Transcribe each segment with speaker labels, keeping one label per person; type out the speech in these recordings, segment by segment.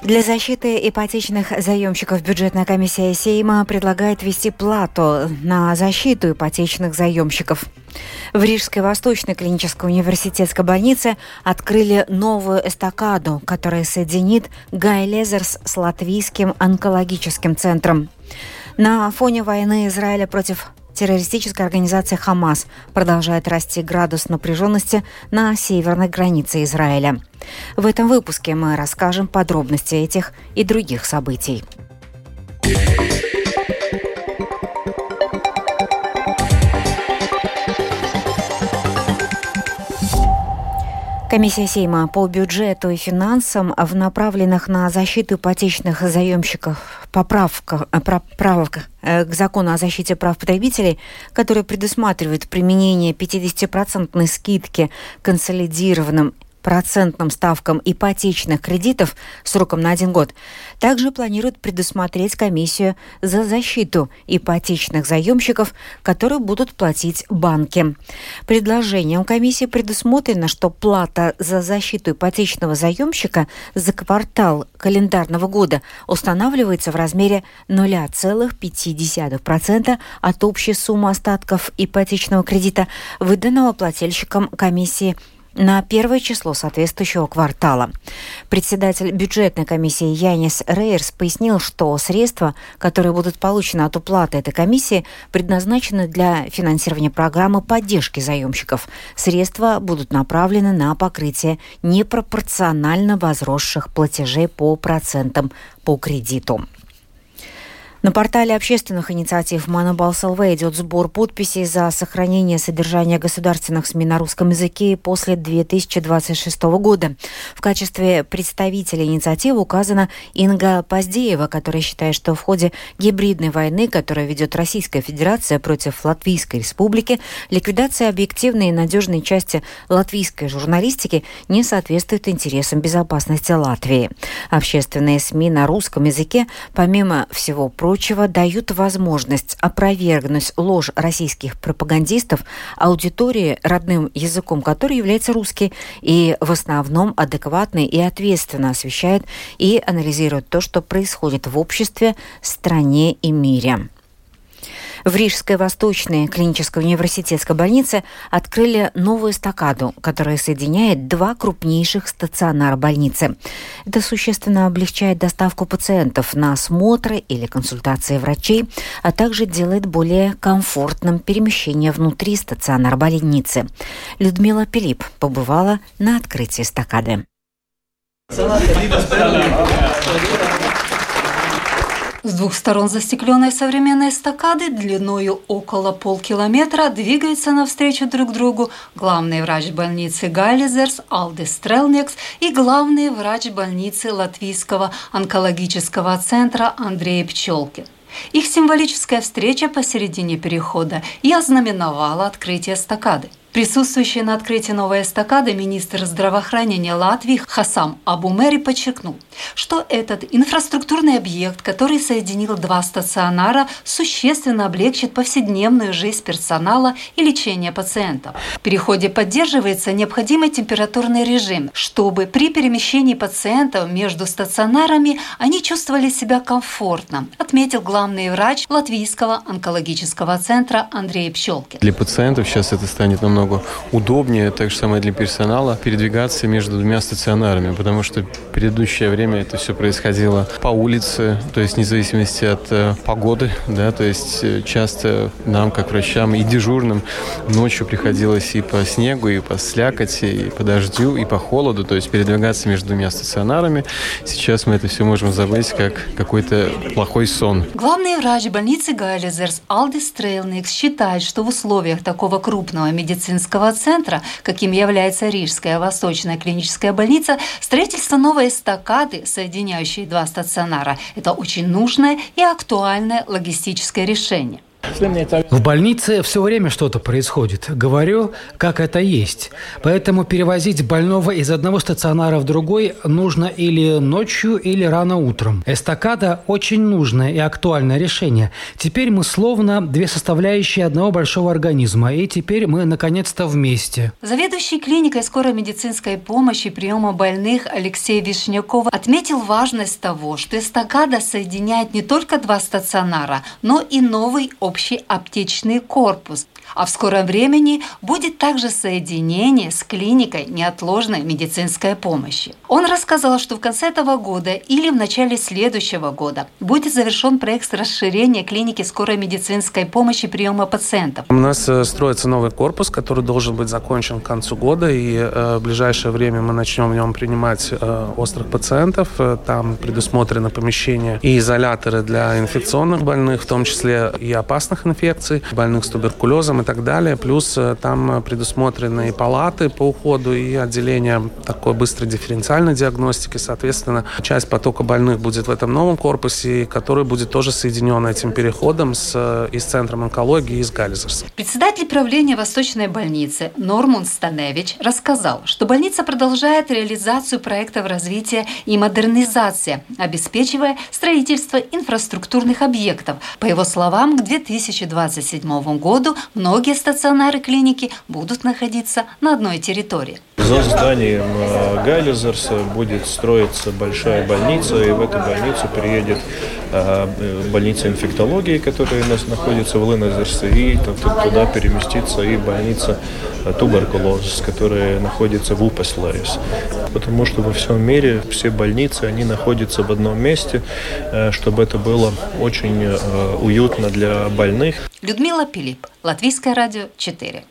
Speaker 1: Для защиты ипотечных заемщиков бюджетная комиссия Сейма предлагает ввести плату на защиту ипотечных заемщиков. В Рижской Восточной клинической университетской больнице открыли новую эстакаду, которая соединит Гай Лезерс с Латвийским онкологическим центром. На фоне войны Израиля против террористической организации «Хамас» продолжает расти градус напряженности на северной границе Израиля. В этом выпуске мы расскажем подробности этих и других событий. Комиссия Сейма по бюджету и финансам в направленных на защиту ипотечных заемщиков поправках к закону о защите прав потребителей, который предусматривает применение 50% скидки консолидированным процентным ставкам ипотечных кредитов сроком на 1 год, также планирует предусмотреть комиссию за защиту ипотечных заемщиков, которые будут платить банки. Предложением комиссии предусмотрено, что плата за защиту ипотечного заемщика за квартал календарного года устанавливается в размере 0,5% от общей суммы остатков ипотечного кредита, выданного плательщиком комиссии на первое число соответствующего квартала. Председатель бюджетной комиссии Янис Рейерс пояснил, что средства, которые будут получены от уплаты этой комиссии, предназначены для финансирования программы поддержки заемщиков. Средства будут направлены на покрытие непропорционально возросших платежей по процентам по кредиту. На портале общественных инициатив Манабалс ЛВ идет сбор подписей за сохранение содержания государственных СМИ на русском языке после 2026 года. В качестве представителя инициативы указана Инга Поздеева, которая считает, что в ходе гибридной войны, которую ведет Российская Федерация против Латвийской Республики, ликвидация объективной и надежной части латвийской журналистики не соответствует интересам безопасности Латвии. Общественные СМИ на русском языке, помимо всего прочего, дают возможность опровергнуть ложь российских пропагандистов аудитории, родным языком которой является русский, и в основном адекватно и ответственно освещает и анализирует то, что происходит в обществе, стране и мире. В Рижской Восточной клинической университетской больнице открыли новую эстакаду, которая соединяет 2 крупнейших стационара больницы. Это существенно облегчает доставку пациентов на осмотры или консультации врачей, а также делает более комфортным перемещение внутри стационара больницы. Людмила Пилип побывала на открытии эстакады.
Speaker 2: С 2 сторон застекленной современной эстакады длиною около полкилометра двигаются навстречу друг другу главный врач больницы Гай Лезерс Алдис Стрелникс и главный врач больницы Латвийского онкологического центра Андрей Пчелкин. Их символическая встреча посередине перехода и ознаменовала открытие эстакады. Присутствующий на открытии новой эстакады министр здравоохранения Латвии Хасам Абумери подчеркнул, что этот инфраструктурный объект, который соединил 2 стационара, существенно облегчит повседневную жизнь персонала и лечение пациентов. В переходе поддерживается необходимый температурный режим, чтобы при перемещении пациентов между стационарами они чувствовали себя комфортно, отметил главный врач Латвийского онкологического центра Андрей Пчелкин.
Speaker 3: Для пациентов сейчас это станет намного удобнее, так же самое для персонала, передвигаться между 2 стационарами, потому что в предыдущее время это все происходило по улице, то есть вне зависимости от погоды, да, то есть часто нам, как врачам и дежурным, ночью приходилось и по снегу, и по слякоти, и по дождю, и по холоду, то есть передвигаться между 2 стационарами. Сейчас мы это все можем забыть как какой-то плохой сон.
Speaker 2: Главный врач больницы Гай Лезерс Алдис Стрелникс считает, что в условиях такого крупного медицинского центра, каким является Рижская Восточная клиническая больница, строительство новой эстакады, соединяющей 2 стационара, это очень нужное и актуальное логистическое решение.
Speaker 4: В больнице все время что-то происходит. Говорю, как это есть. Поэтому перевозить больного из одного стационара в другой нужно или ночью, или рано утром. Эстакада – очень нужное и актуальное решение. Теперь мы словно две составляющие одного большого организма. И теперь мы наконец-то вместе.
Speaker 2: Заведующий клиникой скорой медицинской помощи и приема больных Алексей Вишняков отметил важность того, что эстакада соединяет не только два стационара, но и новый общий аптечный корпус. А в скором времени будет также соединение с клиникой неотложной медицинской помощи. Он рассказал, что в конце этого года или в начале следующего года будет завершен проект расширения клиники скорой медицинской помощи и приема пациентов.
Speaker 5: У нас строится новый корпус, который должен быть закончен к концу года, и в ближайшее время мы начнем в нем принимать острых пациентов. Там предусмотрено помещение и изоляторы для инфекционных больных, в том числе и опасных инфекций, больных с туберкулезом и так далее. Плюс там предусмотрены и палаты по уходу, и отделение такой быстрой дифференциальной диагностики. Соответственно, часть потока больных будет в этом новом корпусе, который будет тоже соединен этим переходом и с Центром онкологии, и с Галлизерс.
Speaker 2: Председатель правления Восточной больницы Нормунд Станевич рассказал, что больница продолжает реализацию проектов развития и модернизации, обеспечивая строительство инфраструктурных объектов. По его словам, к 2027 году многие стационары клиники будут находиться на одной территории.
Speaker 6: За зданием Галлизерс будет строиться большая больница, и в эту больницу приедет больница инфектологии, которая у нас находится в Галлизерсе, и туда переместится и больница туберкулез, которая находится в Упаслэйс. Потому что во всем мире все больницы, они находятся в одном месте, чтобы это было очень уютно для больных.
Speaker 2: Людмила Пилип, Латвийское радио 4.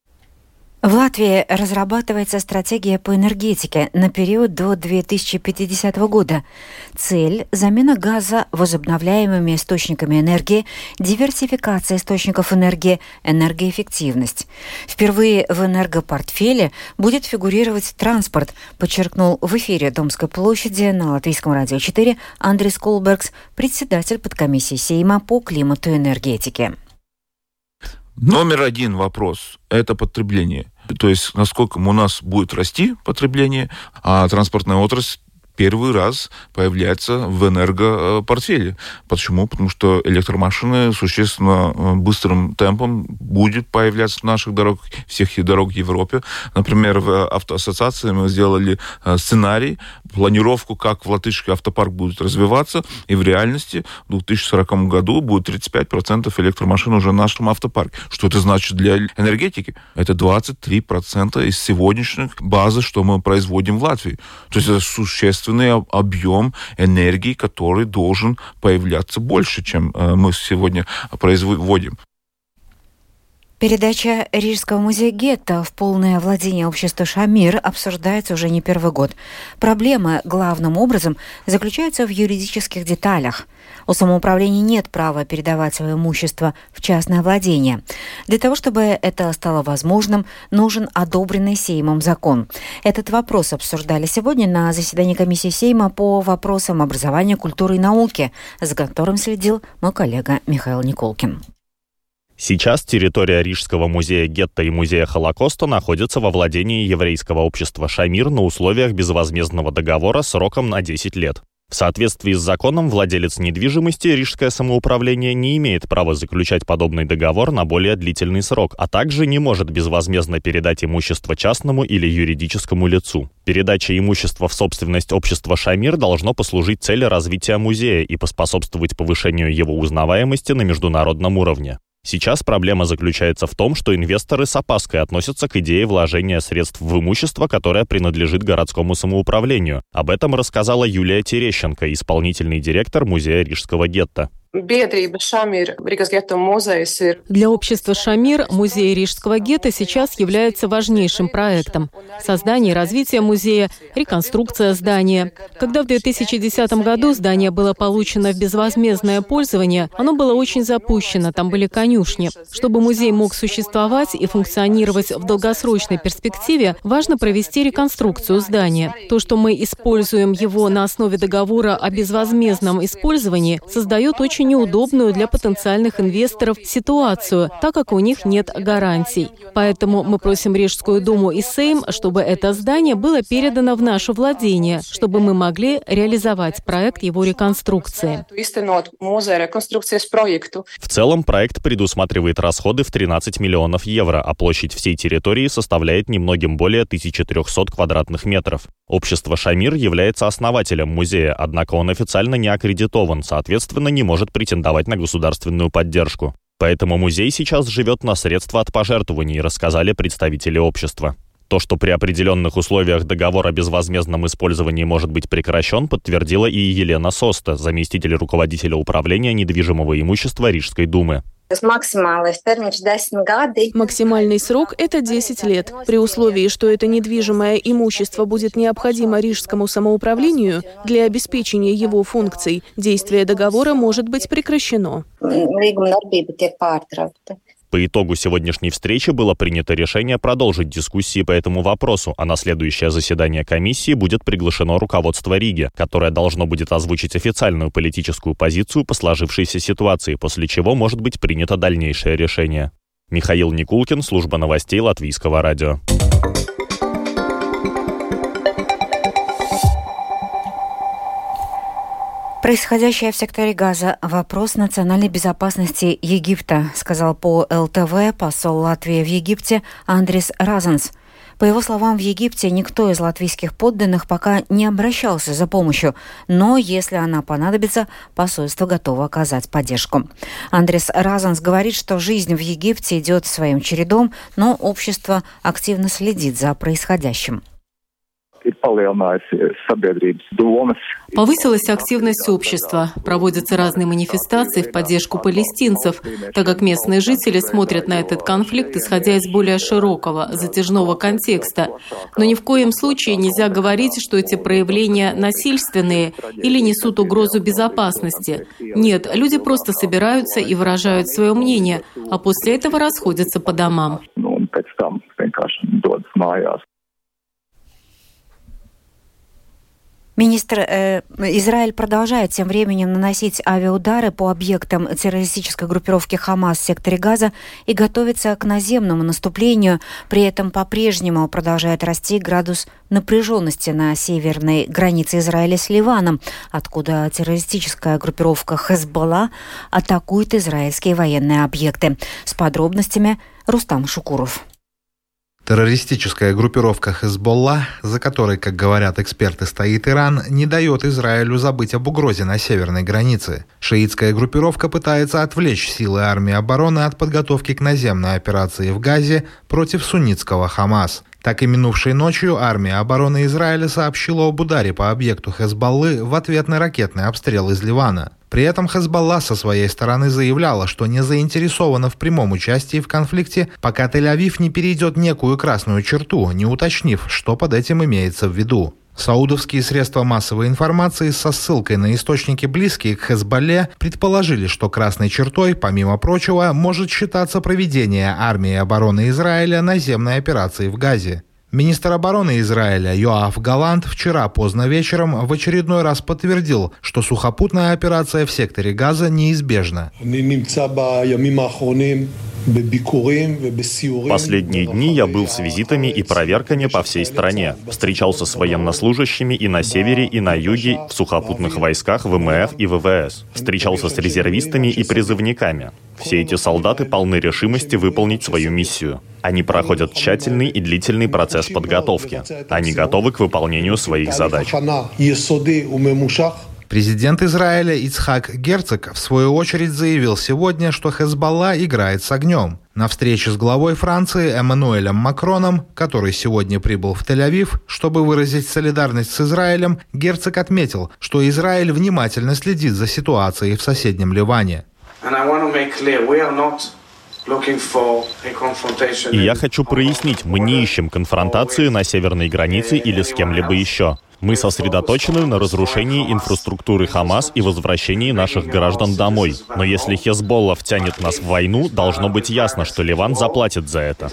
Speaker 1: В Латвии разрабатывается стратегия по энергетике на период до 2050 года. Цель – замена газа возобновляемыми источниками энергии, диверсификация источников энергии, энергоэффективность. Впервые в энергопортфеле будет фигурировать транспорт, подчеркнул в эфире Домской площади на Латвийском радио 4 Андрис Колбергс, председатель подкомиссии Сейма по климату и энергетике.
Speaker 7: Номер один вопрос – это потребление. То есть, насколько у нас будет расти потребление, а транспортная отрасль первый раз появляется в энергопортфеле. Почему? Потому что электромашины существенно быстрым темпом будет появляться в наших дорогах, всех дорог в Европе. Например, в автоассоциации мы сделали сценарий, планировку, как в латышский автопарк будет развиваться, и в реальности в 2040 году будет 35% электромашин уже в нашем автопарке. Что это значит для энергетики? Это 23% из сегодняшних базы, что мы производим в Латвии. То есть это существенный объем энергии, который должен появляться больше, чем мы сегодня производим.
Speaker 1: Передача Рижского музея гетто в полное владение общества «Шамир» обсуждается уже не первый год. Проблема, главным образом, заключается в юридических деталях. У самоуправления нет права передавать свое имущество в частное владение. Для того, чтобы это стало возможным, нужен одобренный Сеймом закон. Этот вопрос обсуждали сегодня на заседании комиссии Сейма по вопросам образования, культуры и науки, за которым следил мой коллега Михаил Николкин.
Speaker 8: Сейчас территория Рижского музея гетто и музея Холокоста находится во владении еврейского общества «Шамир» на условиях безвозмездного договора сроком на 10 лет. В соответствии с законом, владелец недвижимости, Рижское самоуправление, не имеет права заключать подобный договор на более длительный срок, а также не может безвозмездно передать имущество частному или юридическому лицу. Передача имущества в собственность общества «Шамир» должно послужить цели развития музея и поспособствовать повышению его узнаваемости на международном уровне. Сейчас проблема заключается в том, что инвесторы с опаской относятся к идее вложения средств в имущество, которое принадлежит городскому самоуправлению. Об этом рассказала Юлия Терещенко, исполнительный директор музея Рижского гетто.
Speaker 9: Для общества «Шамир» музей Рижского гетто сейчас является важнейшим проектом. Создание и развитие музея, реконструкция здания. Когда в 2010 году здание было получено в безвозмездное пользование, оно было очень запущено, там были конюшни. Чтобы музей мог существовать и функционировать в долгосрочной перспективе, важно провести реконструкцию здания. То, что мы используем его на основе договора о безвозмездном использовании, создает очень очень неудобную для потенциальных инвесторов ситуацию, так как у них нет гарантий. Поэтому мы просим Рижскую думу и Сейм, чтобы это здание было передано в наше владение, чтобы мы могли реализовать проект его реконструкции.
Speaker 8: В целом, проект предусматривает расходы в 13 миллионов евро, а площадь всей территории составляет немногим более 1300 квадратных метров. Общество «Шамир» является основателем музея, однако он официально не аккредитован, соответственно, не может претендовать на государственную поддержку. Поэтому музей сейчас живет на средства от пожертвований, рассказали представители общества. То, что при определенных условиях договор о безвозмездном использовании может быть прекращен, подтвердила и Елена Соста, заместитель руководителя управления недвижимого имущества Рижской думы.
Speaker 10: Максимальный срок – это 10 лет. При условии, что это недвижимое имущество будет необходимо Рижскому самоуправлению для обеспечения его функций, действие договора может быть прекращено.
Speaker 8: По итогу сегодняшней встречи было принято решение продолжить дискуссии по этому вопросу, а на следующее заседание комиссии будет приглашено руководство Риги, которое должно будет озвучить официальную политическую позицию по сложившейся ситуации, после чего может быть принято дальнейшее решение. Михаил Никулкин, служба новостей Латвийского радио.
Speaker 1: Происходящее в секторе Газа – вопрос национальной безопасности Египта, сказал по ЛТВ посол Латвии в Египте Андрис Разанс. По его словам, в Египте никто из латвийских подданных пока не обращался за помощью, но если она понадобится, посольство готово оказать поддержку. Андрис Разанс говорит, что жизнь в Египте идет своим чередом, но общество активно следит за происходящим.
Speaker 9: Повысилась активность общества. Проводятся разные манифестации в поддержку палестинцев, так как местные жители смотрят на этот конфликт, исходя из более широкого, затяжного контекста. Но ни в коем случае нельзя говорить, что эти проявления насильственные или несут угрозу безопасности. Нет, люди просто собираются и выражают свое мнение, а после этого расходятся по домам.
Speaker 1: Израиль продолжает тем временем наносить авиаудары по объектам террористической группировки «Хамас» в секторе Газа и готовится к наземному наступлению. При этом по-прежнему продолжает расти градус напряженности на северной границе Израиля с Ливаном, откуда террористическая группировка «Хезболла» атакует израильские военные объекты. С подробностями Рустам Шукуров.
Speaker 11: Террористическая группировка «Хезболла», за которой, как говорят эксперты, стоит Иран, не дает Израилю забыть об угрозе на северной границе. Шиитская группировка пытается отвлечь силы армии обороны от подготовки к наземной операции в Газе против суннитского «Хамас». Так и минувшей ночью армия обороны Израиля сообщила об ударе по объекту Хезболлы в ответ на ракетный обстрел из Ливана. При этом Хезболла со своей стороны заявляла, что не заинтересована в прямом участии в конфликте, пока Тель-Авив не перейдет некую красную черту, не уточнив, что под этим имеется в виду. Саудовские средства массовой информации со ссылкой на источники, близкие к Хезболле, предположили, что красной чертой, помимо прочего, может считаться проведение армии обороны Израиля наземной операции в Газе. Министр обороны Израиля Йоав Галант вчера поздно вечером в очередной раз подтвердил, что сухопутная операция в секторе Газа неизбежна.
Speaker 8: Последние дни я был с визитами и проверками по всей стране. Встречался с военнослужащими и на севере, и на юге, в сухопутных войсках, ВМФ и ВВС. Встречался с резервистами и призывниками. Все эти солдаты полны решимости выполнить свою миссию. Они проходят тщательный и длительный процесс подготовки. Они готовы к выполнению своих задач.
Speaker 11: Президент Израиля Ицхак Герцог в свою очередь заявил сегодня, что Хезболла играет с огнем. На встрече с главой Франции Эммануэлем Макроном, который сегодня прибыл в Тель-Авив, чтобы выразить солидарность с Израилем, Герцог отметил, что Израиль внимательно следит за ситуацией в соседнем Ливане.
Speaker 8: И я хочу прояснить, мы не ищем конфронтации на северной границе или с кем-либо еще. Мы сосредоточены на разрушении инфраструктуры Хамас и возвращении наших граждан домой. Но если Хезболла втянет нас в войну, должно быть ясно, что Ливан заплатит за это.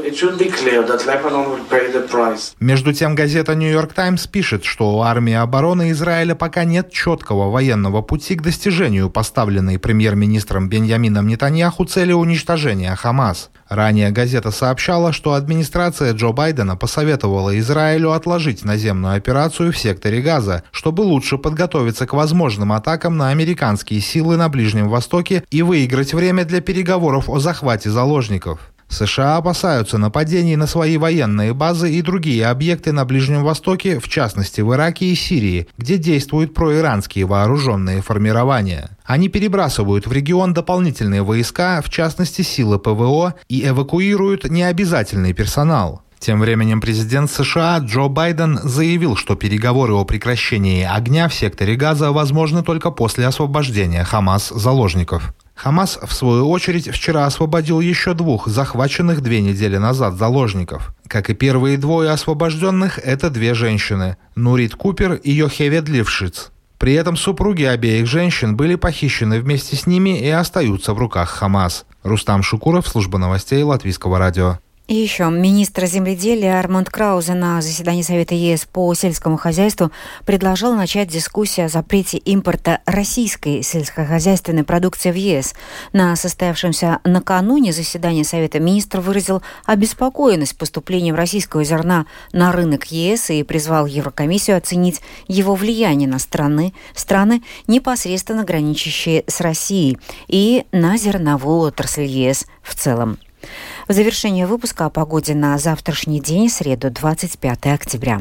Speaker 11: Между тем, газета «Нью-Йорк Таймс» пишет, что у армии обороны Израиля пока нет четкого военного пути к достижению поставленной премьер-министром Беньямином Нетаньяху цели уничтожения Хамас. Ранее газета сообщала, что администрация Джо Байдена посоветовала Израилю отложить наземную операцию в секторе Газа, чтобы лучше подготовиться к возможным атакам на американские силы на Ближнем Востоке и выиграть время для переговоров о захвате заложников. США опасаются нападений на свои военные базы и другие объекты на Ближнем Востоке, в частности в Ираке и Сирии, где действуют проиранские вооруженные формирования. Они перебрасывают в регион дополнительные войска, в частности силы ПВО, и эвакуируют необязательный персонал. Тем временем президент США Джо Байден заявил, что переговоры о прекращении огня в секторе Газа возможны только после освобождения Хамас заложников. Хамас, в свою очередь, вчера освободил еще 2 захваченных 2 недели назад заложников. Как и первые 2 освобожденных, это 2 женщины – Нурит Купер и Йохевед Лившиц. При этом супруги обеих женщин были похищены вместе с ними и остаются в руках Хамас. Рустам Шукуров, служба новостей Латвийского радио.
Speaker 1: И еще министр земледелия Арманд Краузе на заседании Совета ЕС по сельскому хозяйству предложил начать дискуссию о запрете импорта российской сельскохозяйственной продукции в ЕС. На состоявшемся накануне заседании Совета министр выразил обеспокоенность поступлением российского зерна на рынок ЕС и призвал Еврокомиссию оценить его влияние на страны, непосредственно граничащие с Россией, и на зерновую отрасль ЕС в целом. В завершение выпуска о погоде на завтрашний день, среду, 25 октября.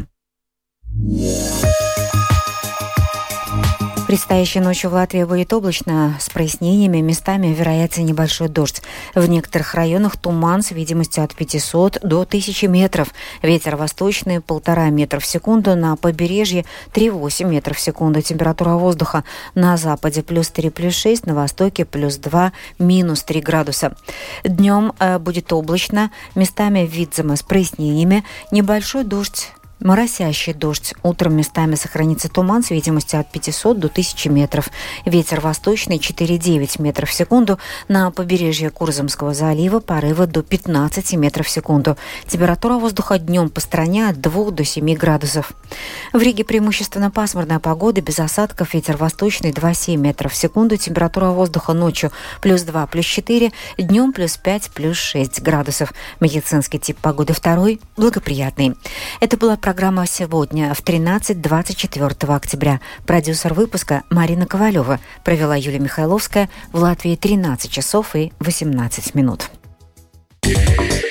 Speaker 1: Предстоящей ночью в Латвии будет облачно, с прояснениями, местами вероятен небольшой дождь. В некоторых районах туман с видимостью от 500 до 1000 метров. Ветер восточный 1,5 метра в секунду, на побережье 3,8 метров в секунду. Температура воздуха на западе +3, +6, на востоке +2, -3 градуса. Днем будет облачно, местами в Видземе с прояснениями, небольшой дождь. Моросящий дождь. Утром местами сохранится туман с видимостью от 500 до 1000 метров. Ветер восточный 4,9 метров в секунду. На побережье Курзамского залива порывы до 15 метров в секунду. Температура воздуха днем по стране от 2 до 7 градусов. В Риге преимущественно пасмурная погода, без осадков. Ветер восточный 2,7 метров в секунду. Температура воздуха ночью +2, +4. Днем +5, +6 градусов. Медицинский тип погоды 2 благоприятный. Это была программа сегодня в 13-24 октября. Продюсер выпуска Марина Ковалева. Провела Юлия Михайловская. В Латвии 13 часов и 18 минут.